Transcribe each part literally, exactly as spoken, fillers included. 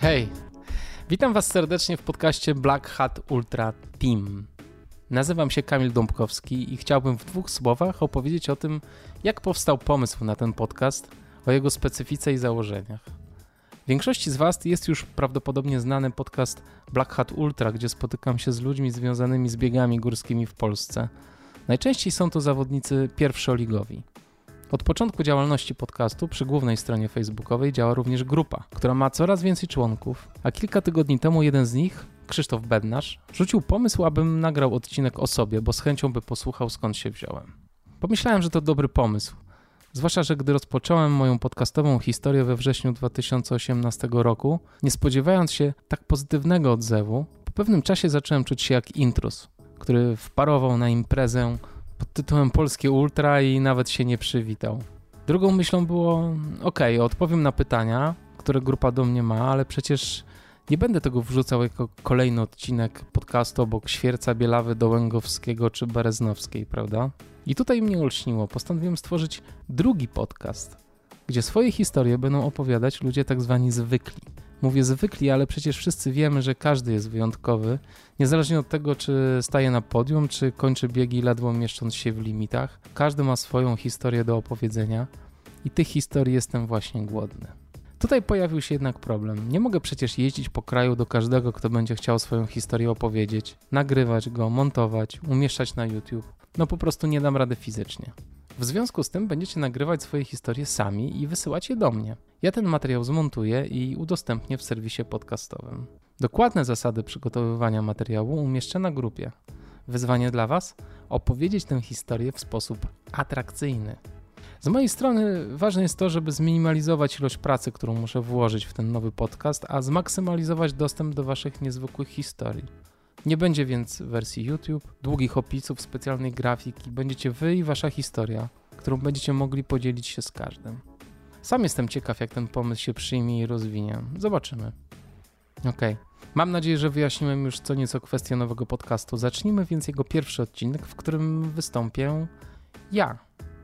Hej, witam Was serdecznie w podcaście Black Hat Ultra Team. Nazywam się Kamil Dąbkowski i chciałbym w dwóch słowach opowiedzieć o tym, jak powstał pomysł na ten podcast, o jego specyfice i założeniach. Większości z Was jest już prawdopodobnie znany podcast Black Hat Ultra, gdzie spotykam się z ludźmi związanymi z biegami górskimi w Polsce. Najczęściej są to zawodnicy pierwszoligowi. Od początku działalności podcastu przy głównej stronie facebookowej działa również grupa, która ma coraz więcej członków, a kilka tygodni temu jeden z nich, Krzysztof Bednarz, rzucił pomysł, abym nagrał odcinek o sobie, bo z chęcią by posłuchał, skąd się wziąłem. Pomyślałem, że to dobry pomysł, zwłaszcza, że gdy rozpocząłem moją podcastową historię we wrześniu dwa tysiące osiemnastego roku, nie spodziewając się tak pozytywnego odzewu, po pewnym czasie zacząłem czuć się jak intruz, który wparował na imprezę pod tytułem Polskie Ultra i nawet się nie przywitał. Drugą myślą było, okej, okay, odpowiem na pytania, które grupa do mnie ma, ale przecież nie będę tego wrzucał jako kolejny odcinek podcastu obok Świerca, Bielawy, Dołęgowskiego czy Bereznowskiej, prawda? I tutaj mnie olśniło, postanowiłem stworzyć drugi podcast, gdzie swoje historie będą opowiadać ludzie tak zwani zwykli. Mówię zwykli, ale przecież wszyscy wiemy, że każdy jest wyjątkowy, niezależnie od tego, czy staje na podium, czy kończy biegi ledwo mieszcząc się w limitach. Każdy ma swoją historię do opowiedzenia i tych historii jestem właśnie głodny. Tutaj pojawił się jednak problem. Nie mogę przecież jeździć po kraju do każdego, kto będzie chciał swoją historię opowiedzieć, nagrywać go, montować, umieszczać na YouTube. No po prostu nie dam rady fizycznie. W związku z tym będziecie nagrywać swoje historie sami i wysyłać je do mnie. Ja ten materiał zmontuję i udostępnię w serwisie podcastowym. Dokładne zasady przygotowywania materiału umieszczę na grupie. Wyzwanie dla Was? Opowiedzieć tę historię w sposób atrakcyjny. Z mojej strony ważne jest to, żeby zminimalizować ilość pracy, którą muszę włożyć w ten nowy podcast, a zmaksymalizować dostęp do Waszych niezwykłych historii. Nie będzie więc wersji YouTube, długich opisów, specjalnej grafiki. Będziecie Wy i Wasza historia, którą będziecie mogli podzielić się z każdym. Sam jestem ciekaw, jak ten pomysł się przyjmie i rozwinie. Zobaczymy. Okej. Okay. Mam nadzieję, że wyjaśniłem już co nieco kwestię nowego podcastu. Zacznijmy więc jego pierwszy odcinek, w którym wystąpię ja,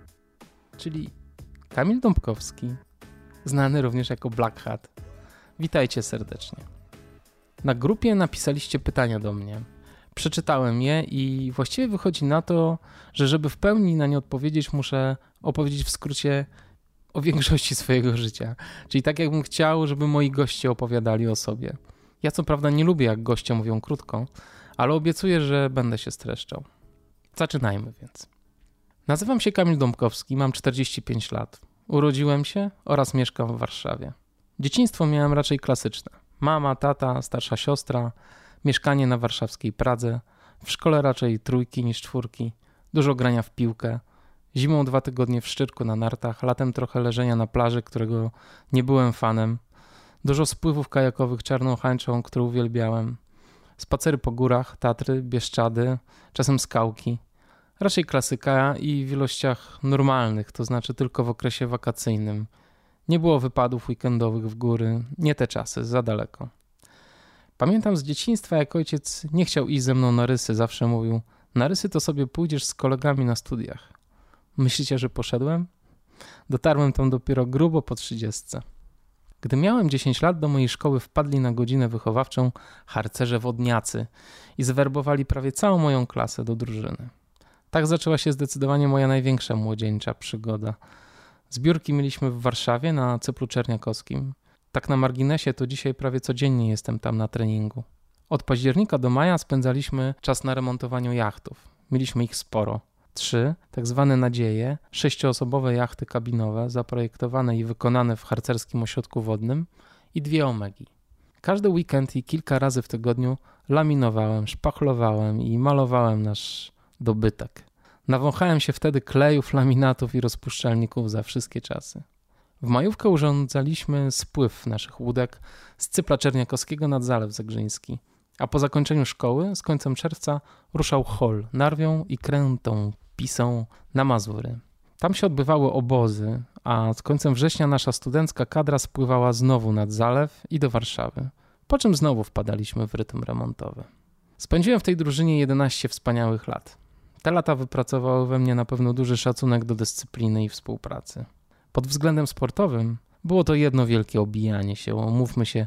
czyli Kamil Dąbkowski, znany również jako Black Hat. Witajcie serdecznie. Na grupie napisaliście pytania do mnie. Przeczytałem je i właściwie wychodzi na to, że żeby w pełni na nie odpowiedzieć, muszę opowiedzieć w skrócie o większości swojego życia. Czyli tak jakbym chciał, żeby moi goście opowiadali o sobie. Ja co prawda nie lubię, jak goście mówią krótko, ale obiecuję, że będę się streszczał. Zaczynajmy więc. Nazywam się Kamil Dąbkowski, mam czterdzieści pięć lat. Urodziłem się oraz mieszkam w Warszawie. Dzieciństwo miałem raczej klasyczne. Mama, tata, starsza siostra, mieszkanie na warszawskiej Pradze, w szkole raczej trójki niż czwórki, dużo grania w piłkę, zimą dwa tygodnie w Szczyrku na nartach, latem trochę leżenia na plaży, którego nie byłem fanem, dużo spływów kajakowych czarną hańczą, które uwielbiałem, spacery po górach, Tatry, Bieszczady, czasem skałki, raczej klasyka i w ilościach normalnych, to znaczy tylko w okresie wakacyjnym. Nie było wypadów weekendowych w góry, nie te czasy, za daleko. Pamiętam z dzieciństwa, jak ojciec nie chciał iść ze mną na rysy, zawsze mówił: na rysy to sobie pójdziesz z kolegami na studiach. Myślicie, że poszedłem? Dotarłem tam dopiero grubo po trzydziestce. Gdy miałem dziesięć lat, do mojej szkoły wpadli na godzinę wychowawczą harcerze wodniacy i zwerbowali prawie całą moją klasę do drużyny. Tak zaczęła się zdecydowanie moja największa młodzieńcza przygoda. Zbiórki mieliśmy w Warszawie na Cyplu Czerniakowskim. Tak na marginesie to dzisiaj prawie codziennie jestem tam na treningu. Od października do maja spędzaliśmy czas na remontowaniu jachtów. Mieliśmy ich sporo. Trzy, tak zwane nadzieje, sześcioosobowe jachty kabinowe zaprojektowane i wykonane w harcerskim ośrodku wodnym i dwie omegi. Każdy weekend i kilka razy w tygodniu laminowałem, szpachlowałem i malowałem nasz dobytek. Nawąchałem się wtedy klejów, laminatów i rozpuszczalników za wszystkie czasy. W majówkę urządzaliśmy spływ naszych łódek z Cypla Czerniakowskiego nad Zalew Zegrzyński, a po zakończeniu szkoły z końcem czerwca ruszał hol Narwią i Krętą, Pisą na Mazury. Tam się odbywały obozy, a z końcem września nasza studencka kadra spływała znowu nad Zalew i do Warszawy, po czym znowu wpadaliśmy w rytm remontowy. Spędziłem w tej drużynie jedenaście wspaniałych lat. Te lata wypracowały we mnie na pewno duży szacunek do dyscypliny i współpracy. Pod względem sportowym było to jedno wielkie obijanie się. Umówmy się,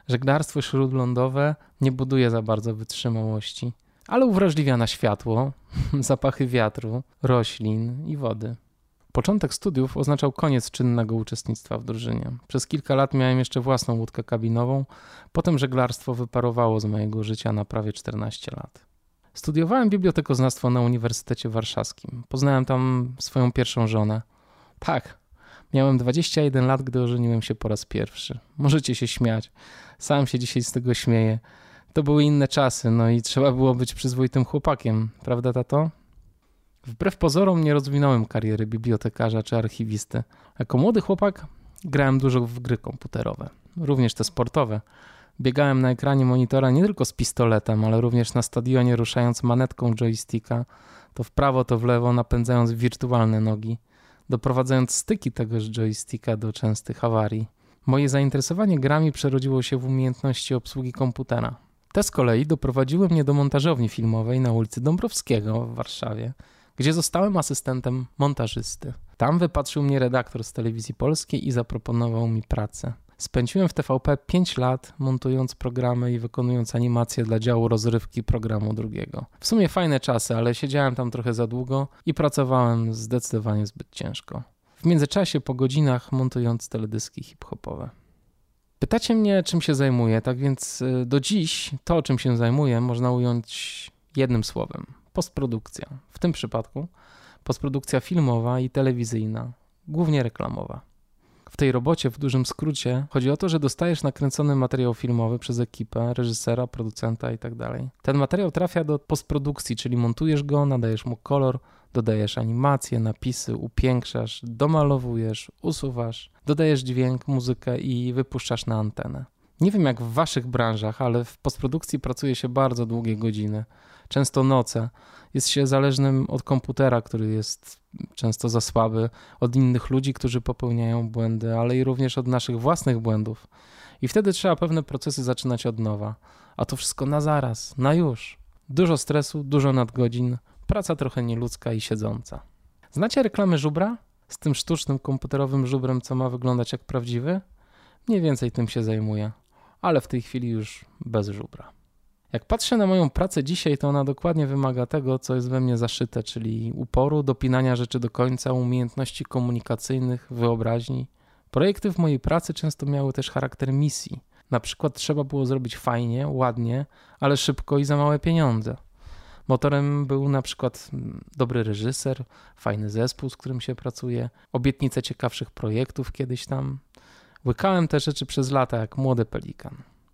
Żeglarstwo śródlądowe nie buduje za bardzo wytrzymałości, ale uwrażliwia na światło, zapachy wiatru, roślin i wody. Początek studiów oznaczał koniec czynnego uczestnictwa w drużynie. Przez kilka lat miałem jeszcze własną łódkę kabinową, potem żeglarstwo wyparowało z mojego życia na prawie czternaście lat. Studiowałem bibliotekoznawstwo na Uniwersytecie Warszawskim. Poznałem tam swoją pierwszą żonę. Tak, miałem dwadzieścia jeden lat, gdy ożeniłem się po raz pierwszy. Możecie się śmiać. Sam się dzisiaj z tego śmieję. To były inne czasy, no i trzeba było być przyzwoitym chłopakiem. Prawda, tato? Wbrew pozorom nie rozwinąłem kariery bibliotekarza czy archiwisty. Jako młody chłopak grałem dużo w gry komputerowe, również te sportowe. Biegałem na ekranie monitora nie tylko z pistoletem, ale również na stadionie ruszając manetką joysticka, to w prawo, to w lewo, napędzając wirtualne nogi, doprowadzając styki tegoż joysticka do częstych awarii. Moje zainteresowanie grami przerodziło się w umiejętności obsługi komputera. Te z kolei doprowadziły mnie do montażowni filmowej na ulicy Dąbrowskiego w Warszawie, gdzie zostałem asystentem montażysty. Tam wypatrzył mnie redaktor z Telewizji Polskiej i zaproponował mi pracę. Spędziłem w T V P pięć lat montując programy i wykonując animacje dla działu rozrywki programu drugiego. W sumie fajne czasy, ale siedziałem tam trochę za długo i pracowałem zdecydowanie zbyt ciężko. W międzyczasie po godzinach montując teledyski hip-hopowe. Pytacie mnie, czym się zajmuję, tak więc do dziś to, czym się zajmuję, można ująć jednym słowem. Postprodukcja. W tym przypadku postprodukcja filmowa i telewizyjna, głównie reklamowa. W tej robocie w dużym skrócie chodzi o to, że dostajesz nakręcony materiał filmowy przez ekipę, reżysera, producenta itd. Ten materiał trafia do postprodukcji, czyli montujesz go, nadajesz mu kolor, dodajesz animacje, napisy, upiększasz, domalowujesz, usuwasz, dodajesz dźwięk, muzykę i wypuszczasz na antenę. Nie wiem jak w waszych branżach, ale w postprodukcji pracuje się bardzo długie godziny, często noce. Jest się zależnym od komputera, który jest często za słaby, od innych ludzi, którzy popełniają błędy, ale i również od naszych własnych błędów. I wtedy trzeba pewne procesy zaczynać od nowa. A to wszystko na zaraz, na już. Dużo stresu, dużo nadgodzin, praca trochę nieludzka i siedząca. Znacie reklamy żubra? Z tym sztucznym komputerowym żubrem, co ma wyglądać jak prawdziwy? Mniej więcej tym się zajmuję, ale w tej chwili już bez żubra. Jak patrzę na moją pracę dzisiaj, to ona dokładnie wymaga tego, co jest we mnie zaszyte, czyli uporu, dopinania rzeczy do końca, umiejętności komunikacyjnych, wyobraźni. Projekty w mojej pracy często miały też charakter misji. Na przykład trzeba było zrobić fajnie, ładnie, ale szybko i za małe pieniądze. Motorem był na przykład dobry reżyser, fajny zespół, z którym się pracuje, obietnice ciekawszych projektów kiedyś tam. Łykałem te rzeczy przez lata jak młody pelikan.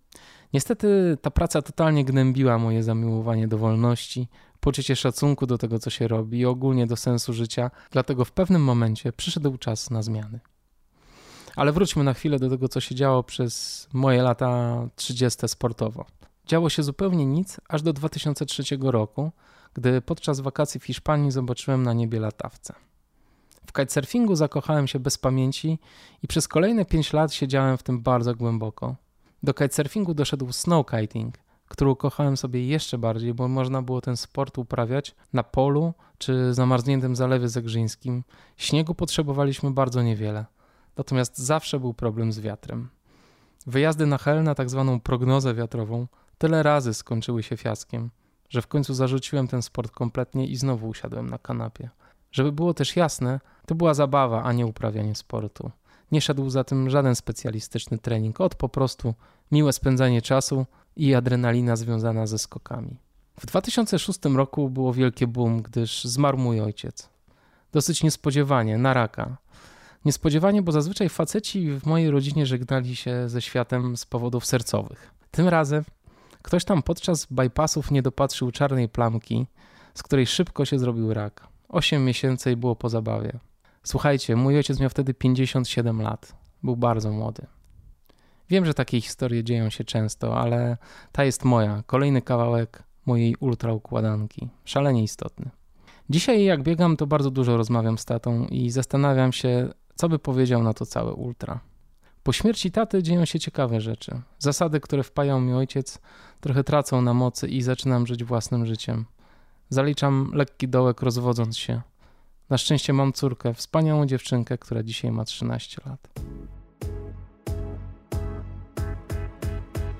Niestety ta praca totalnie gnębiła moje zamiłowanie do wolności, poczucie szacunku do tego, co się robi i ogólnie do sensu życia, dlatego w pewnym momencie przyszedł czas na zmiany. Ale wróćmy na chwilę do tego, co się działo przez moje lata trzydzieste sportowo. Działo się zupełnie nic aż do dwa tysiące trzeciego roku, gdy podczas wakacji w Hiszpanii zobaczyłem na niebie latawce. W kitesurfingu zakochałem się bez pamięci i przez kolejne pięć lat siedziałem w tym bardzo głęboko. Do kitesurfingu doszedł snowkiting, który ukochałem sobie jeszcze bardziej, bo można było ten sport uprawiać na polu czy zamarzniętym zalewie zegrzyńskim. Śniegu potrzebowaliśmy bardzo niewiele, natomiast zawsze był problem z wiatrem. Wyjazdy na Hel na tak zwaną prognozę wiatrową tyle razy skończyły się fiaskiem, że w końcu zarzuciłem ten sport kompletnie i znowu usiadłem na kanapie. Żeby było też jasne, to była zabawa, a nie uprawianie sportu. Nie szedł za tym żaden specjalistyczny trening, od po prostu miłe spędzanie czasu i adrenalina związana ze skokami. W dwa tysiące szóstym roku było wielkie boom, gdyż zmarł mój ojciec. Dosyć niespodziewanie, na raka. Niespodziewanie, bo zazwyczaj faceci w mojej rodzinie żegnali się ze światem z powodów sercowych. Tym razem ktoś tam podczas bypassów nie dopatrzył czarnej plamki, z której szybko się zrobił rak. Osiem miesięcy i było po zabawie. Słuchajcie, mój ojciec miał wtedy pięćdziesiąt siedem lat. Był bardzo młody. Wiem, że takie historie dzieją się często, ale ta jest moja. Kolejny kawałek mojej ultraukładanki. Szalenie istotny. Dzisiaj jak biegam, to bardzo dużo rozmawiam z tatą i zastanawiam się, co by powiedział na to całe ultra. Po śmierci taty dzieją się ciekawe rzeczy. Zasady, które wpajał mi ojciec, trochę tracą na mocy i zaczynam żyć własnym życiem. Zaliczam lekki dołek, rozwodząc się. Na szczęście mam córkę, wspaniałą dziewczynkę, która dzisiaj ma trzynaście lat.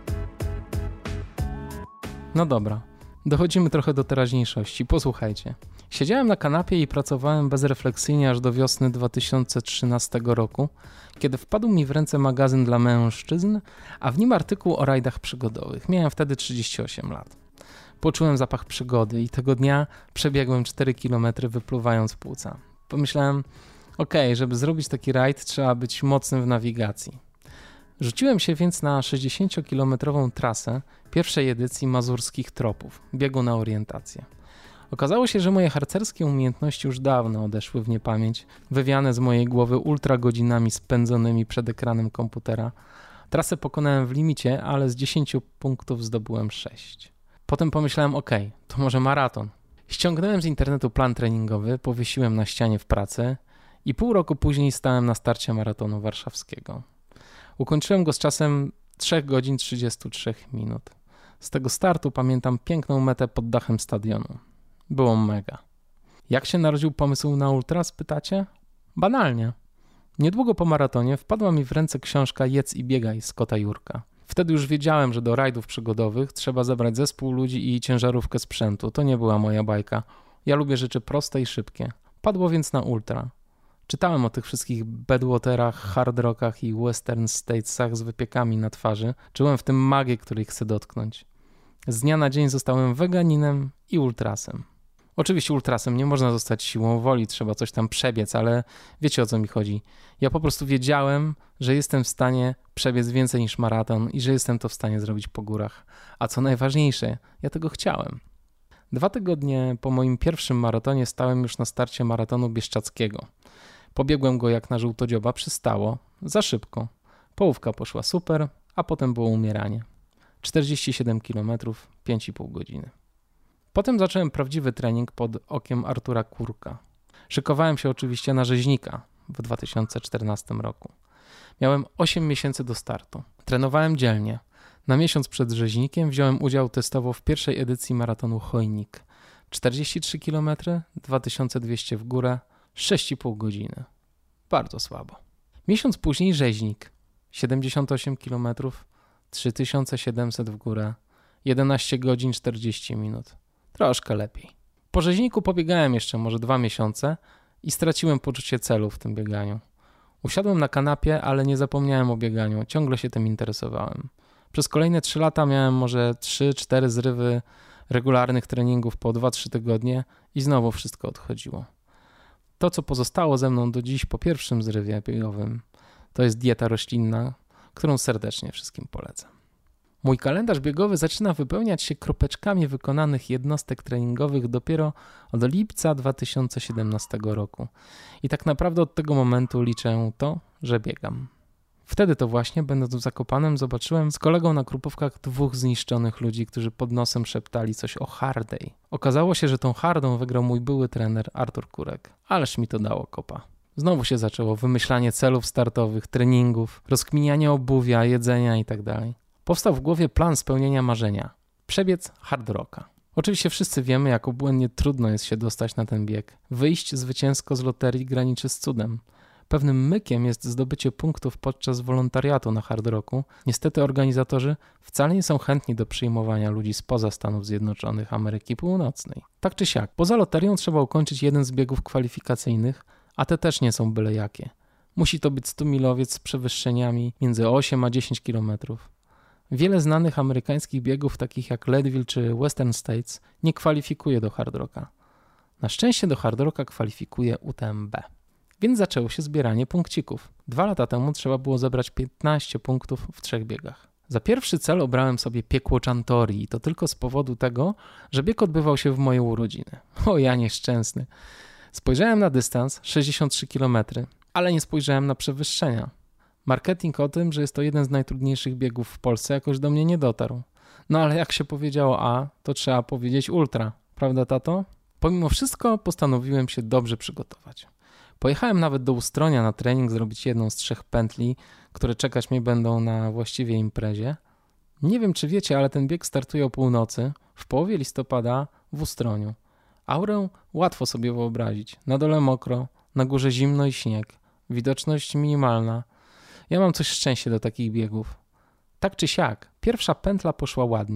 No dobra, dochodzimy trochę do teraźniejszości. Posłuchajcie. Siedziałem na kanapie i pracowałem bezrefleksyjnie aż do wiosny dwa tysiące trzynastego roku, kiedy wpadł mi w ręce magazyn dla mężczyzn, a w nim artykuł o rajdach przygodowych. Miałem wtedy trzydzieści osiem lat. Poczułem zapach przygody i tego dnia przebiegłem cztery kilometry wypluwając płuca. Pomyślałem, okej, okay, żeby zrobić taki rajd trzeba być mocnym w nawigacji. Rzuciłem się więc na sześćdziesięciokilometrową trasę pierwszej edycji Mazurskich Tropów, biegu na orientację. Okazało się, że moje harcerskie umiejętności już dawno odeszły w niepamięć, wywiane z mojej głowy ultra godzinami spędzonymi przed ekranem komputera. Trasę pokonałem w limicie, ale z dziesięciu punktów zdobyłem sześć. Potem pomyślałem, okej, okay, to może maraton. Ściągnąłem z internetu plan treningowy, powiesiłem na ścianie w pracy i pół roku później stałem na starcie maratonu warszawskiego. Ukończyłem go z czasem trzy godziny trzydzieści trzy minut. Z tego startu pamiętam piękną metę pod dachem stadionu. Było mega. Jak się narodził pomysł na ultra, spytacie? Banalnie. Niedługo po maratonie wpadła mi w ręce książka Jedz i biegaj Scotta Jurka. Wtedy już wiedziałem, że do rajdów przygodowych trzeba zebrać zespół ludzi i ciężarówkę sprzętu. To nie była moja bajka. Ja lubię rzeczy proste i szybkie. Padło więc na ultra. Czytałem o tych wszystkich Badwaterach, Hard Rockach i Western Statesach z wypiekami na twarzy. Czułem w tym magię, której chcę dotknąć. Z dnia na dzień zostałem weganinem i ultrasem. Oczywiście ultrasem nie można zostać siłą woli, trzeba coś tam przebiec, ale wiecie, o co mi chodzi. Ja po prostu wiedziałem, że jestem w stanie przebiec więcej niż maraton i że jestem to w stanie zrobić po górach. A co najważniejsze, ja tego chciałem. Dwa tygodnie po moim pierwszym maratonie stałem już na starcie maratonu bieszczackiego. Pobiegłem go jak na żółtodzioba, przystało, za szybko. Połówka poszła super, a potem było umieranie. czterdzieści siedem kilometrów, pięć i pół godziny. Potem zacząłem prawdziwy trening pod okiem Artura Kurka. Szykowałem się oczywiście na rzeźnika w dwa tysiące czternastym roku. Miałem osiem miesięcy do startu. Trenowałem dzielnie. Na miesiąc przed rzeźnikiem wziąłem udział testowo w pierwszej edycji maratonu Chojnik. czterdzieści trzy kilometry, dwa tysiące dwieście w górę, sześć i pół godziny. Bardzo słabo. Miesiąc później rzeźnik. siedemdziesiąt osiem kilometrów, trzy tysiące siedemset w górę, jedenaście godzin czterdzieści minut. Troszkę lepiej. Po rzeźniku pobiegałem jeszcze może dwa miesiące i straciłem poczucie celu w tym bieganiu. Usiadłem na kanapie, ale nie zapomniałem o bieganiu. Ciągle się tym interesowałem. Przez kolejne trzy lata miałem może trzy cztery zrywy regularnych treningów po dwa trzy tygodnie i znowu wszystko odchodziło. To, co pozostało ze mną do dziś po pierwszym zrywie biegowym, to jest dieta roślinna, którą serdecznie wszystkim polecam. Mój kalendarz biegowy zaczyna wypełniać się kropeczkami wykonanych jednostek treningowych dopiero od lipca dwa tysiące siedemnastego roku. I tak naprawdę od tego momentu liczę to, że biegam. Wtedy to właśnie, będąc w Zakopanem, zobaczyłem z kolegą na Krupówkach dwóch zniszczonych ludzi, którzy pod nosem szeptali coś o hardej. Okazało się, że tą hardą wygrał mój były trener Artur Kurek. Ależ mi to dało kopa. Znowu się zaczęło wymyślanie celów startowych, treningów, rozkminianie obuwia, jedzenia itd. Powstał w głowie plan spełnienia marzenia. Przebiec hard rocka. Oczywiście wszyscy wiemy, jak obłędnie trudno jest się dostać na ten bieg. Wyjść zwycięsko z loterii graniczy z cudem. Pewnym mykiem jest zdobycie punktów podczas wolontariatu na hard rocku. Niestety organizatorzy wcale nie są chętni do przyjmowania ludzi spoza Stanów Zjednoczonych Ameryki Północnej. Tak czy siak, poza loterią trzeba ukończyć jeden z biegów kwalifikacyjnych, a te też nie są byle jakie. Musi to być stumilowiec z przewyższeniami między osiem a dziesięć kilometrów. Wiele znanych amerykańskich biegów, takich jak Leadville czy Western States, nie kwalifikuje do hard rocka. Na szczęście do hard rocka kwalifikuje U T M B. Więc zaczęło się zbieranie punkcików. Dwa lata temu trzeba było zebrać piętnaście punktów w trzech biegach. Za pierwszy cel obrałem sobie piekło Chantori i to tylko z powodu tego, że bieg odbywał się w moje urodziny. O, ja nieszczęsny. Spojrzałem na dystans, sześćdziesiąt trzy kilometry, ale nie spojrzałem na przewyższenia. Marketing o tym, że jest to jeden z najtrudniejszych biegów w Polsce, jakoś do mnie nie dotarł. No ale jak się powiedziało A, to trzeba powiedzieć ultra. Prawda, tato? Pomimo wszystko postanowiłem się dobrze przygotować. Pojechałem nawet do Ustronia na trening zrobić jedną z trzech pętli, które czekać mnie będą na właściwej imprezie. Nie wiem, czy wiecie, ale ten bieg startuje o północy, w połowie listopada w Ustroniu. Aurę łatwo sobie wyobrazić. Na dole mokro, na górze zimno i śnieg. Widoczność minimalna. Ja mam coś szczęście do takich biegów. Tak czy siak, pierwsza pętla poszła ładnie.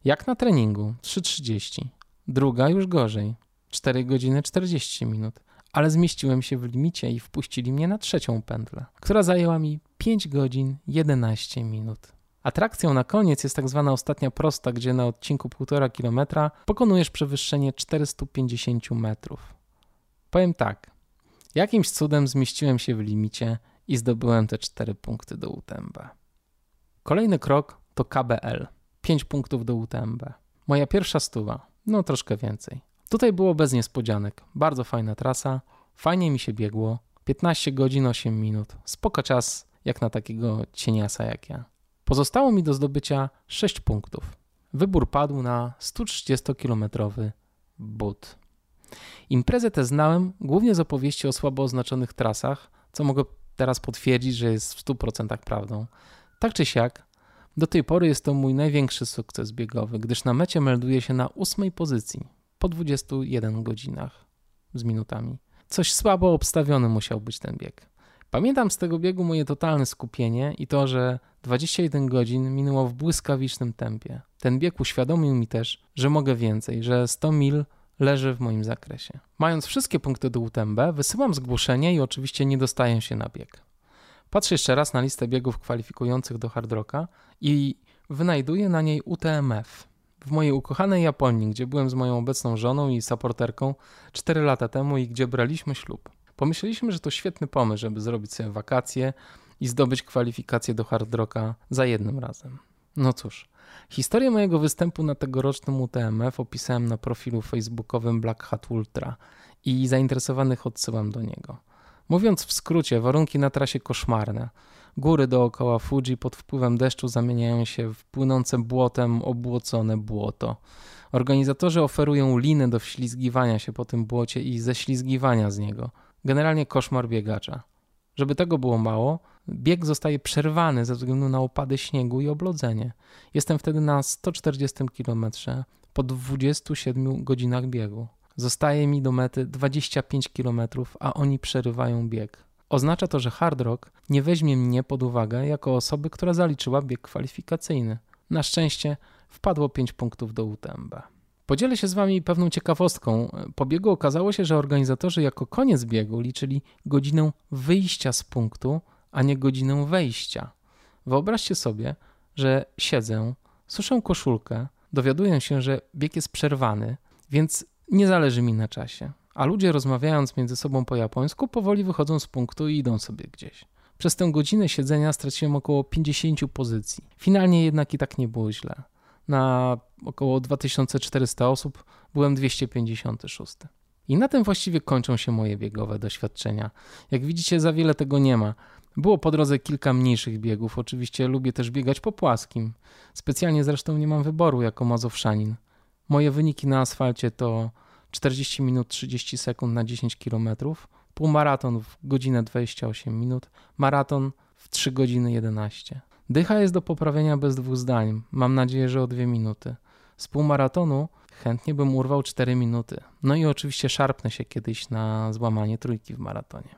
Jak na treningu trzy trzydzieści, druga już gorzej, cztery godziny czterdzieści minut, ale zmieściłem się w limicie i wpuścili mnie na trzecią pętlę, która zajęła mi pięć godzin jedenaście minut. Atrakcją na koniec jest tak zwana ostatnia prosta, gdzie na odcinku półtora kilometra pokonujesz przewyższenie czterysta pięćdziesiąt metrów. Powiem tak, jakimś cudem zmieściłem się w limicie i zdobyłem te cztery punkty do U T M B. Kolejny krok to K B L, pięć punktów do U T M B. Moja pierwsza stuwa, no troszkę więcej. Tutaj było bez niespodzianek, bardzo fajna trasa, fajnie mi się biegło, piętnaście godzin osiem minut, spoko czas jak na takiego cieniasa jak ja. Pozostało mi do zdobycia sześć punktów. Wybór padł na sto trzydziestokilometrowy but. Imprezę tę znałem głównie z opowieści o słabo oznaczonych trasach, co mogę teraz potwierdzić, że jest w stu procentach prawdą. Tak czy siak, do tej pory jest to mój największy sukces biegowy, gdyż na mecie melduję się na ósmej pozycji po dwudziestu jeden godzinach z minutami. Coś słabo obstawiony musiał być ten bieg. Pamiętam z tego biegu moje totalne skupienie i to, że dwadzieścia jeden godzin minęło w błyskawicznym tempie. Ten bieg uświadomił mi też, że mogę więcej, że sto mil leży w moim zakresie. Mając wszystkie punkty do U T M B, wysyłam zgłoszenie i oczywiście nie dostaję się na bieg. Patrzę jeszcze raz na listę biegów kwalifikujących do Hard Rocka i wynajduję na niej U T M F. W mojej ukochanej Japonii, gdzie byłem z moją obecną żoną i supporterką cztery lata temu i gdzie braliśmy ślub. Pomyśleliśmy, że to świetny pomysł, żeby zrobić sobie wakacje i zdobyć kwalifikacje do Hard Rocka za jednym razem. No cóż, historię mojego występu na tegorocznym U T M F opisałem na profilu facebookowym Black Hat Ultra i zainteresowanych odsyłam do niego. Mówiąc w skrócie, warunki na trasie koszmarne. Góry dookoła Fuji pod wpływem deszczu zamieniają się w płynące błotem obłocone błoto. Organizatorzy oferują liny do wślizgiwania się po tym błocie i ześlizgiwania z niego. Generalnie koszmar biegacza. Żeby tego było mało, bieg zostaje przerwany ze względu na opady śniegu i oblodzenie. Jestem wtedy na sto czterdziestym kilometrze po dwudziestu siedmiu godzinach biegu. Zostaje mi do mety dwadzieścia pięć kilometrów, a oni przerywają bieg. Oznacza to, że Hard Rock nie weźmie mnie pod uwagę jako osoby, która zaliczyła bieg kwalifikacyjny. Na szczęście wpadło pięć punktów do U T M B. Podzielę się z wami pewną ciekawostką. Po biegu okazało się, że organizatorzy jako koniec biegu liczyli godzinę wyjścia z punktu, a nie godzinę wejścia. Wyobraźcie sobie, że siedzę, suszę koszulkę, dowiaduję się, że bieg jest przerwany, więc nie zależy mi na czasie. A ludzie, rozmawiając między sobą po japońsku, powoli wychodzą z punktu i idą sobie gdzieś. Przez tę godzinę siedzenia straciłem około pięćdziesiąt pozycji. Finalnie jednak i tak nie było źle. Na około dwa tysiące czterysta osób byłem dwieście pięćdziesiąty szósty. I na tym właściwie kończą się moje biegowe doświadczenia. Jak widzicie, za wiele tego nie ma. Było po drodze kilka mniejszych biegów. Oczywiście lubię też biegać po płaskim. Specjalnie zresztą nie mam wyboru jako mazowszanin. Moje wyniki na asfalcie to czterdzieści minut trzydzieści sekund na dziesięć kilometrów, półmaraton w godzinę dwadzieścia osiem minut, maraton w trzy godziny jedenaście. Dycha jest do poprawienia bez dwóch zdań, mam nadzieję, że o dwie minuty. Z półmaratonu chętnie bym urwał cztery minuty. No i oczywiście szarpnę się kiedyś na złamanie trójki w maratonie.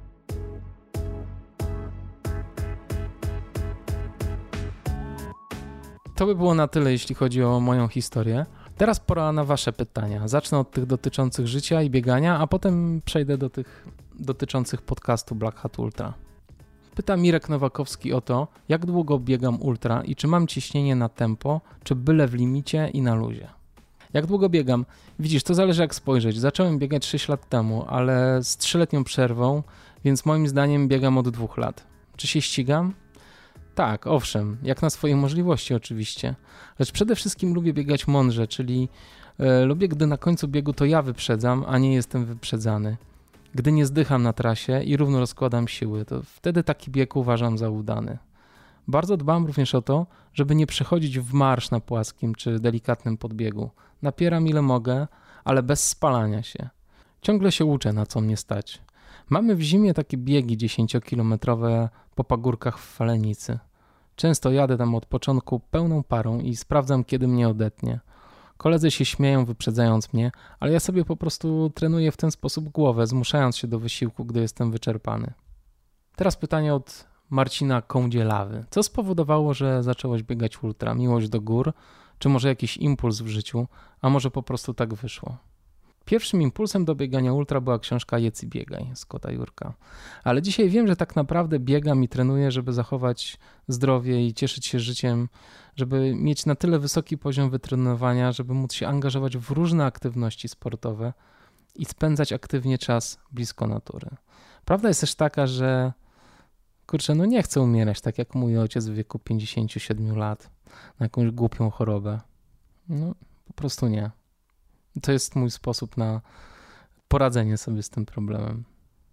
To by było na tyle, jeśli chodzi o moją historię. Teraz pora na wasze pytania. Zacznę od tych dotyczących życia i biegania, a potem przejdę do tych dotyczących podcastu Black Hat Ultra. Pyta Mirek Nowakowski o to, jak długo biegam ultra i czy mam ciśnienie na tempo, czy byle w limicie i na luzie. Jak długo biegam? Widzisz, to zależy jak spojrzeć. Zacząłem biegać sześć lat temu, ale z trzyletnią przerwą, więc moim zdaniem biegam od dwóch lat. Czy się ścigam? Tak, owszem, jak na swoje możliwości oczywiście, lecz przede wszystkim lubię biegać mądrze, czyli e, lubię, gdy na końcu biegu to ja wyprzedzam, a nie jestem wyprzedzany. Gdy nie zdycham na trasie i równo rozkładam siły, to wtedy taki bieg uważam za udany. Bardzo dbam również o to, żeby nie przechodzić w marsz na płaskim czy delikatnym podbiegu. Napieram ile mogę, ale bez spalania się. Ciągle się uczę, na co mnie stać. Mamy w zimie takie biegi dziesięciokilometrowe po pagórkach w Falenicy. Często jadę tam od początku pełną parą i sprawdzam, kiedy mnie odetnie. Koledzy się śmieją, wyprzedzając mnie, ale ja sobie po prostu trenuję w ten sposób głowę, zmuszając się do wysiłku, gdy jestem wyczerpany. Teraz pytanie od Marcina Kądzielawy. Co spowodowało, że zacząłeś biegać ultra? Miłość do gór, czy może jakiś impuls w życiu, a może po prostu tak wyszło. Pierwszym impulsem do biegania ultra była książka Jedz i biegaj Scotta Jurka. Ale dzisiaj wiem, że tak naprawdę biegam i trenuję, żeby zachować zdrowie i cieszyć się życiem, żeby mieć na tyle wysoki poziom wytrenowania, żeby móc się angażować w różne aktywności sportowe i spędzać aktywnie czas blisko natury. Prawda jest też taka, że kurczę, no nie chcę umierać tak jak mój ojciec w wieku pięćdziesięciu siedmiu lat na jakąś głupią chorobę. No po prostu nie. To jest mój sposób na poradzenie sobie z tym problemem.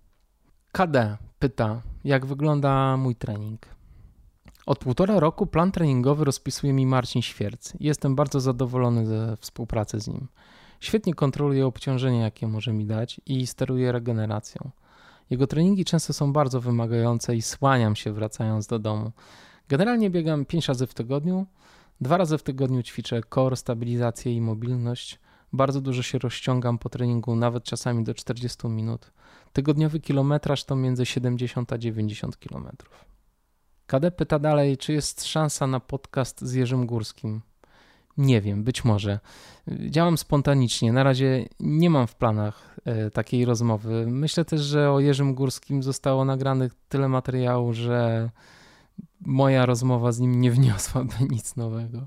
K D pyta, jak wygląda mój trening. Od półtora roku plan treningowy rozpisuje mi Marcin Świerc. Jestem bardzo zadowolony ze współpracy z nim. Świetnie kontroluje obciążenie, jakie może mi dać i steruje regeneracją. Jego treningi często są bardzo wymagające i słaniam się wracając do domu. Generalnie biegam pięć razy w tygodniu, dwa razy w tygodniu ćwiczę core, stabilizację i mobilność. Bardzo dużo się rozciągam po treningu, nawet czasami do czterdziestu minut. Tygodniowy kilometraż to między siedemdziesiąt a dziewięćdziesiąt kilometrów. K D pyta dalej, czy jest szansa na podcast z Jerzym Górskim. Nie wiem, być może. Działam spontanicznie, na razie nie mam w planach e, takiej rozmowy. Myślę też, że o Jerzym Górskim zostało nagranych tyle materiału, że moja rozmowa z nim nie wniosłaby nic nowego.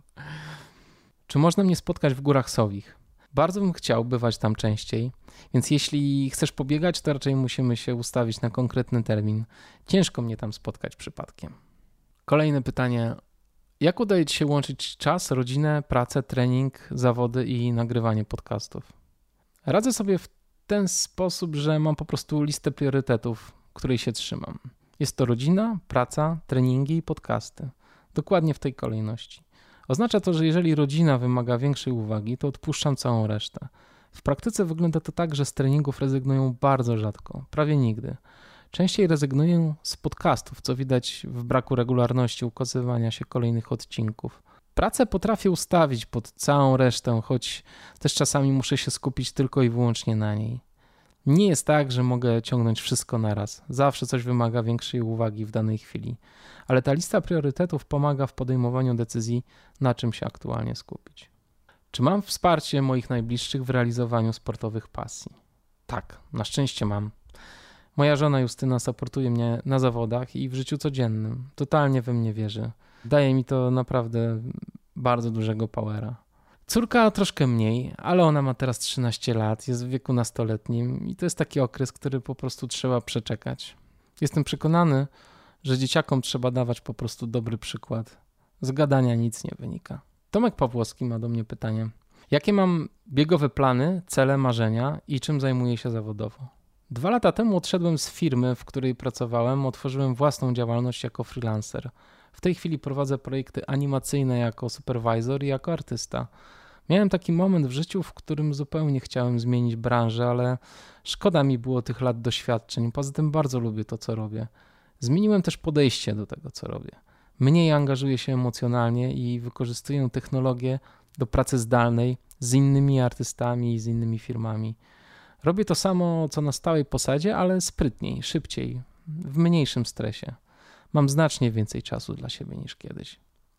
Czy można mnie spotkać w Górach Sowich? Bardzo bym chciał bywać tam częściej, więc jeśli chcesz pobiegać, to raczej musimy się ustawić na konkretny termin. Ciężko mnie tam spotkać przypadkiem. Kolejne pytanie. Jak udaje ci się łączyć czas, rodzinę, pracę, trening, zawody i nagrywanie podcastów? Radzę sobie w ten sposób, że mam po prostu listę priorytetów, której się trzymam. Jest to rodzina, praca, treningi i podcasty. Dokładnie w tej kolejności. Oznacza to, że jeżeli rodzina wymaga większej uwagi, to odpuszczam całą resztę. W praktyce wygląda to tak, że z treningów rezygnuję bardzo rzadko, prawie nigdy. Częściej rezygnuję z podcastów, co widać w braku regularności ukazywania się kolejnych odcinków. Pracę potrafię ustawić pod całą resztę, choć też czasami muszę się skupić tylko i wyłącznie na niej. Nie jest tak, że mogę ciągnąć wszystko naraz. Zawsze coś wymaga większej uwagi w danej chwili. Ale ta lista priorytetów pomaga w podejmowaniu decyzji, na czym się aktualnie skupić. Czy mam wsparcie moich najbliższych w realizowaniu sportowych pasji? Tak, na szczęście mam. Moja żona Justyna supportuje mnie na zawodach i w życiu codziennym. Totalnie we mnie wierzy. Daje mi to naprawdę bardzo dużego powera. Córka troszkę mniej, ale ona ma teraz trzynaście lat, jest w wieku nastoletnim i to jest taki okres, który po prostu trzeba przeczekać. Jestem przekonany, że dzieciakom trzeba dawać po prostu dobry przykład. Z gadania nic nie wynika. Tomek Pawłowski ma do mnie pytanie. Jakie mam biegowe plany, cele, marzenia i czym zajmuję się zawodowo? Dwa lata temu odszedłem z firmy, w której pracowałem, otworzyłem własną działalność jako freelancer. W tej chwili prowadzę projekty animacyjne jako supervisor i jako artysta. Miałem taki moment w życiu, w którym zupełnie chciałem zmienić branżę, ale szkoda mi było tych lat doświadczeń. Poza tym bardzo lubię to, co robię. Zmieniłem też podejście do tego, co robię. Mniej angażuję się emocjonalnie i wykorzystuję technologię do pracy zdalnej z innymi artystami i z innymi firmami. Robię to samo, co na stałej posadzie, ale sprytniej, szybciej, w mniejszym stresie. Mam znacznie więcej czasu dla siebie niż kiedyś.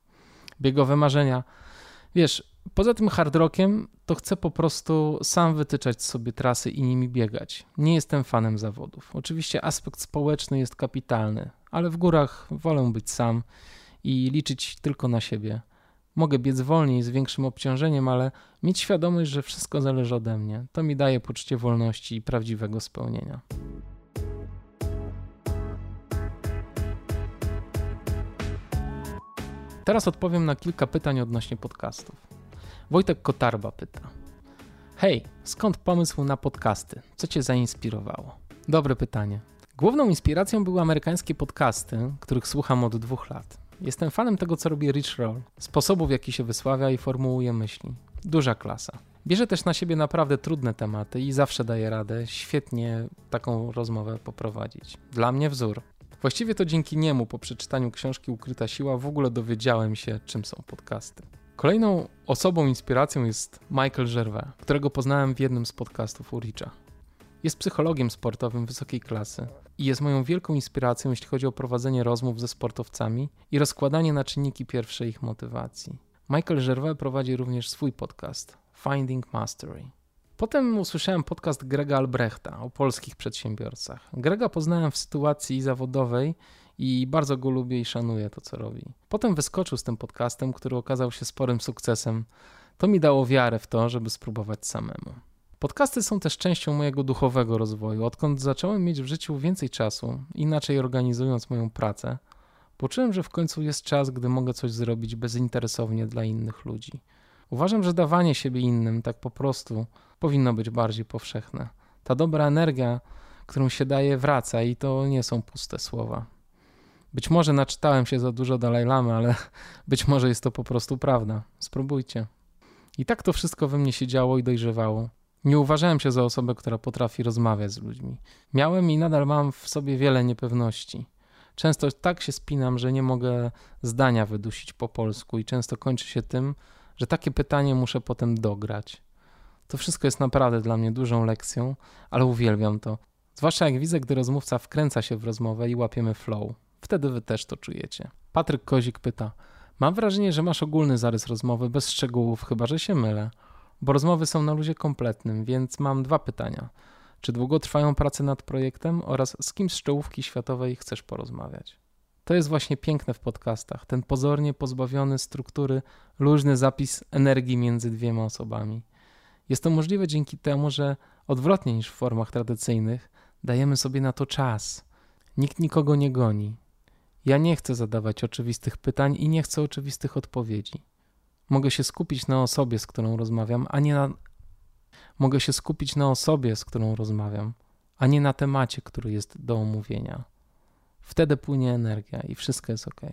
Biegowe marzenia. Wiesz, poza tym hard rockiem to chcę po prostu sam wytyczać sobie trasy i nimi biegać. Nie jestem fanem zawodów. Oczywiście aspekt społeczny jest kapitalny, ale w górach wolę być sam i liczyć tylko na siebie. Mogę biec wolniej, z większym obciążeniem, ale mieć świadomość, że wszystko zależy ode mnie. To mi daje poczucie wolności i prawdziwego spełnienia. Teraz odpowiem na kilka pytań odnośnie podcastów. Wojtek Kotarba pyta. Hej, skąd pomysł na podcasty? Co cię zainspirowało? Dobre pytanie. Główną inspiracją były amerykańskie podcasty, których słucham od dwóch lat. Jestem fanem tego, co robi Rich Roll, sposobu, w jaki się wysławia i formułuje myśli. Duża klasa. Bierze też na siebie naprawdę trudne tematy i zawsze daje radę świetnie taką rozmowę poprowadzić. Dla mnie wzór. Właściwie to dzięki niemu po przeczytaniu książki Ukryta Siła w ogóle dowiedziałem się, czym są podcasty. Kolejną osobą inspiracją jest Michael Gervais, którego poznałem w jednym z podcastów u Richa. Jest psychologiem sportowym wysokiej klasy i jest moją wielką inspiracją, jeśli chodzi o prowadzenie rozmów ze sportowcami i rozkładanie na czynniki pierwsze ich motywacji. Michael Gervais prowadzi również swój podcast Finding Mastery. Potem usłyszałem podcast Grega Albrechta o polskich przedsiębiorcach. Grega poznałem w sytuacji zawodowej i bardzo go lubię i szanuję to, co robi. Potem wyskoczył z tym podcastem, który okazał się sporym sukcesem. To mi dało wiarę w to, żeby spróbować samemu. Podcasty są też częścią mojego duchowego rozwoju. Odkąd zacząłem mieć w życiu więcej czasu, inaczej organizując moją pracę, poczułem, że w końcu jest czas, gdy mogę coś zrobić bezinteresownie dla innych ludzi. Uważam, że dawanie siebie innym tak po prostu powinno być bardziej powszechne. Ta dobra energia, którą się daje, wraca i to nie są puste słowa. Być może naczytałem się za dużo Dalaj Lamy, ale być może jest to po prostu prawda. Spróbujcie. I tak to wszystko we mnie się działo i dojrzewało. Nie uważałem się za osobę, która potrafi rozmawiać z ludźmi. Miałem i nadal mam w sobie wiele niepewności. Często tak się spinam, że nie mogę zdania wydusić po polsku i często kończy się tym, że takie pytanie muszę potem dograć. To wszystko jest naprawdę dla mnie dużą lekcją, ale uwielbiam to. Zwłaszcza jak widzę, gdy rozmówca wkręca się w rozmowę i łapiemy flow. Wtedy wy też to czujecie. Patryk Kozik pyta: mam wrażenie, że masz ogólny zarys rozmowy bez szczegółów, chyba że się mylę. Bo rozmowy są na luzie kompletnym, więc mam dwa pytania. Czy długo trwają prace nad projektem oraz z kim z czołówki światowej chcesz porozmawiać? To jest właśnie piękne w podcastach, ten pozornie pozbawiony struktury, luźny zapis energii między dwiema osobami. Jest to możliwe dzięki temu, że odwrotnie niż w formach tradycyjnych, dajemy sobie na to czas. Nikt nikogo nie goni. Ja nie chcę zadawać oczywistych pytań i nie chcę oczywistych odpowiedzi. Mogę się skupić na osobie, z którą rozmawiam, a nie na... Mogę się skupić na osobie, z którą rozmawiam, a nie na temacie, który jest do omówienia. Wtedy płynie energia i wszystko jest ok.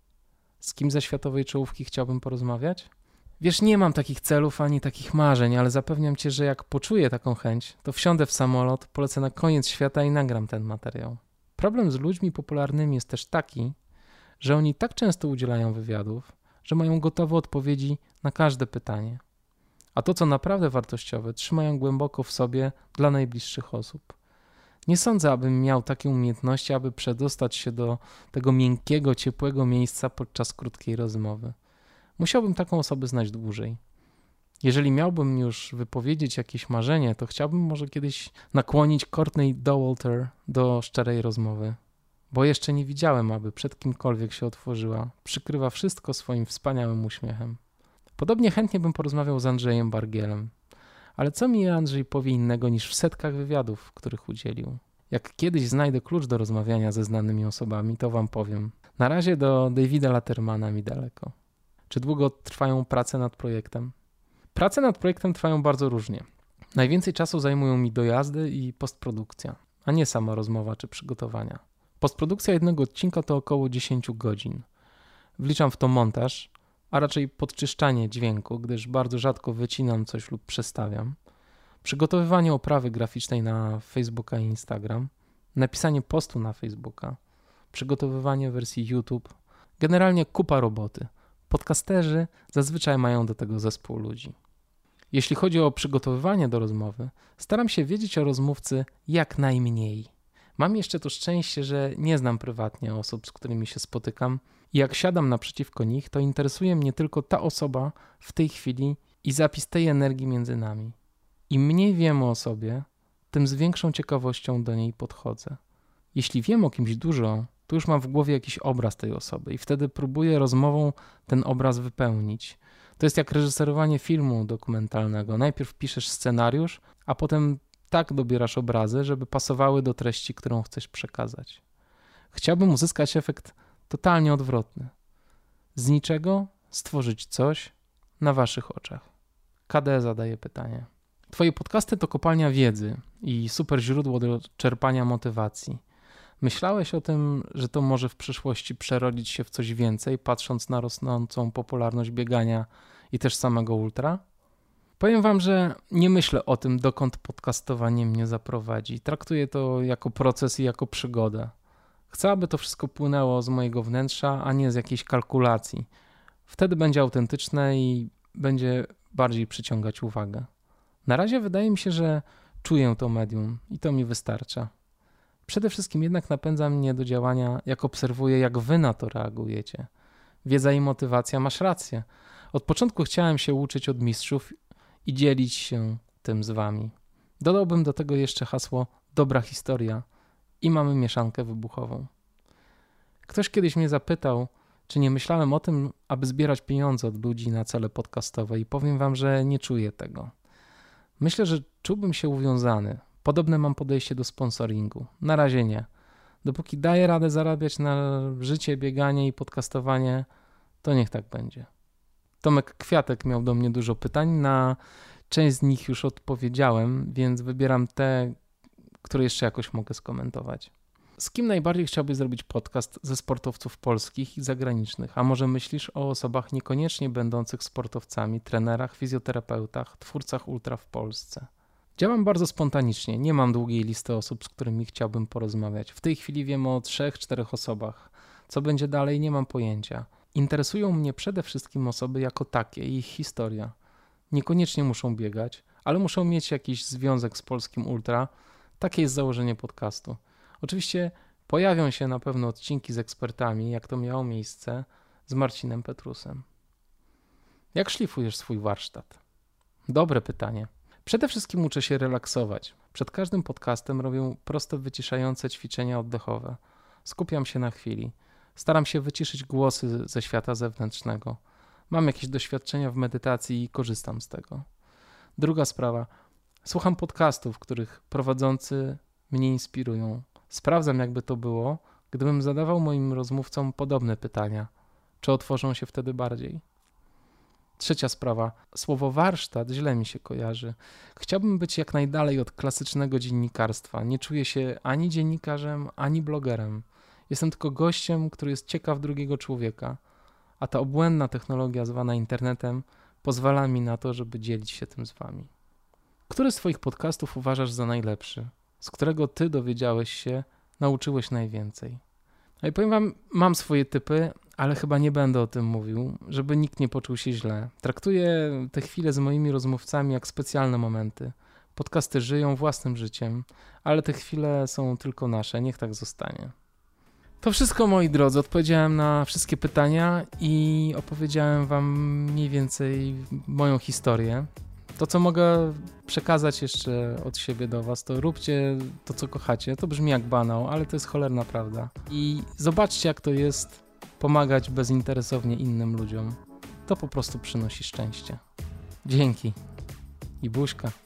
Z kim ze światowej czołówki chciałbym porozmawiać? Wiesz, nie mam takich celów ani takich marzeń, ale zapewniam cię, że jak poczuję taką chęć, to wsiądę w samolot, polecę na koniec świata i nagram ten materiał. Problem z ludźmi popularnymi jest też taki, że oni tak często udzielają wywiadów, że mają gotowe odpowiedzi na każde pytanie. A to, co naprawdę wartościowe, trzymają głęboko w sobie dla najbliższych osób. Nie sądzę, abym miał takie umiejętności, aby przedostać się do tego miękkiego, ciepłego miejsca podczas krótkiej rozmowy. Musiałbym taką osobę znać dłużej. Jeżeli miałbym już wypowiedzieć jakieś marzenie, to chciałbym może kiedyś nakłonić Courtney Dauwalter do szczerej rozmowy. Bo jeszcze nie widziałem, aby przed kimkolwiek się otworzyła. Przykrywa wszystko swoim wspaniałym uśmiechem. Podobnie chętnie bym porozmawiał z Andrzejem Bargielem. Ale co mi Andrzej powie innego niż w setkach wywiadów, których udzielił? Jak kiedyś znajdę klucz do rozmawiania ze znanymi osobami, to wam powiem. Na razie do Davida Lattermana mi daleko. Czy długo trwają prace nad projektem? Prace nad projektem trwają bardzo różnie. Najwięcej czasu zajmują mi dojazdy i postprodukcja, a nie sama rozmowa czy przygotowania. Postprodukcja jednego odcinka to około dziesięć godzin. Wliczam w to montaż, a raczej podczyszczanie dźwięku, gdyż bardzo rzadko wycinam coś lub przestawiam. Przygotowywanie oprawy graficznej na Facebooka i Instagram, napisanie postu na Facebooka, przygotowywanie wersji YouTube, generalnie kupa roboty. Podcasterzy zazwyczaj mają do tego zespół ludzi. Jeśli chodzi o przygotowywanie do rozmowy, staram się wiedzieć o rozmówcy jak najmniej. Mam jeszcze to szczęście, że nie znam prywatnie osób, z którymi się spotykam i jak siadam naprzeciwko nich, to interesuje mnie tylko ta osoba w tej chwili i zapis tej energii między nami. Im mniej wiem o osobie, tym z większą ciekawością do niej podchodzę. Jeśli wiem o kimś dużo, to już mam w głowie jakiś obraz tej osoby i wtedy próbuję rozmową ten obraz wypełnić. To jest jak reżyserowanie filmu dokumentalnego. Najpierw piszesz scenariusz, a potem tak dobierasz obrazy, żeby pasowały do treści, którą chcesz przekazać. Chciałbym uzyskać efekt totalnie odwrotny. Z niczego stworzyć coś na waszych oczach. K D zadaje pytanie. Twoje podcasty to kopalnia wiedzy i super źródło do czerpania motywacji. Myślałeś o tym, że to może w przyszłości przerodzić się w coś więcej, patrząc na rosnącą popularność biegania i też samego ultra? Powiem wam, że nie myślę o tym, dokąd podcastowanie mnie zaprowadzi. Traktuję to jako proces i jako przygodę. Chcę, aby to wszystko płynęło z mojego wnętrza, a nie z jakiejś kalkulacji. Wtedy będzie autentyczne i będzie bardziej przyciągać uwagę. Na razie wydaje mi się, że czuję to medium i to mi wystarcza. Przede wszystkim jednak napędza mnie do działania, jak obserwuję, jak wy na to reagujecie. Wiedza i motywacja, masz rację. Od początku chciałem się uczyć od mistrzów i dzielić się tym z wami. Dodałbym do tego jeszcze hasło dobra historia i mamy mieszankę wybuchową. Ktoś kiedyś mnie zapytał, czy nie myślałem o tym, aby zbierać pieniądze od ludzi na cele podcastowe i powiem wam, że nie czuję tego. Myślę, że czułbym się uwiązany. Podobne mam podejście do sponsoringu. Na razie nie. Dopóki daję radę zarabiać na życie, bieganie i podcastowanie, to niech tak będzie. Tomek Kwiatek miał do mnie dużo pytań, na część z nich już odpowiedziałem, więc wybieram te, które jeszcze jakoś mogę skomentować. Z kim najbardziej chciałbyś zrobić podcast ze sportowców polskich i zagranicznych? A może myślisz o osobach niekoniecznie będących sportowcami, trenerach, fizjoterapeutach, twórcach ultra w Polsce? Działam bardzo spontanicznie, nie mam długiej listy osób, z którymi chciałbym porozmawiać. W tej chwili wiem o trzech, czterech osobach. Co będzie dalej, nie mam pojęcia. Interesują mnie przede wszystkim osoby jako takie i ich historia. Niekoniecznie muszą biegać, ale muszą mieć jakiś związek z polskim ultra. Takie jest założenie podcastu. Oczywiście pojawią się na pewno odcinki z ekspertami, jak to miało miejsce z Marcinem Petrusem. Jak szlifujesz swój warsztat? Dobre pytanie. Przede wszystkim uczę się relaksować. Przed każdym podcastem robię proste, wyciszające ćwiczenia oddechowe. Skupiam się na chwili. Staram się wyciszyć głosy ze świata zewnętrznego. Mam jakieś doświadczenia w medytacji i korzystam z tego. Druga sprawa. Słucham podcastów, których prowadzący mnie inspirują. Sprawdzam, jakby to było, gdybym zadawał moim rozmówcom podobne pytania. Czy otworzą się wtedy bardziej? Trzecia sprawa. Słowo warsztat źle mi się kojarzy. Chciałbym być jak najdalej od klasycznego dziennikarstwa. Nie czuję się ani dziennikarzem, ani blogerem. Jestem tylko gościem, który jest ciekaw drugiego człowieka, a ta obłędna technologia zwana internetem pozwala mi na to, żeby dzielić się tym z wami. Który z twoich podcastów uważasz za najlepszy? Z którego ty dowiedziałeś się, nauczyłeś najwięcej? No i powiem wam, mam swoje typy, ale chyba nie będę o tym mówił, żeby nikt nie poczuł się źle. Traktuję te chwile z moimi rozmówcami jak specjalne momenty. Podcasty żyją własnym życiem, ale te chwile są tylko nasze, niech tak zostanie. To wszystko, moi drodzy, odpowiedziałem na wszystkie pytania i opowiedziałem wam mniej więcej moją historię. To, co mogę przekazać jeszcze od siebie do was, to róbcie to, co kochacie. To brzmi jak banał, ale to jest cholerna prawda. I zobaczcie, jak to jest pomagać bezinteresownie innym ludziom. To po prostu przynosi szczęście. Dzięki i buźka.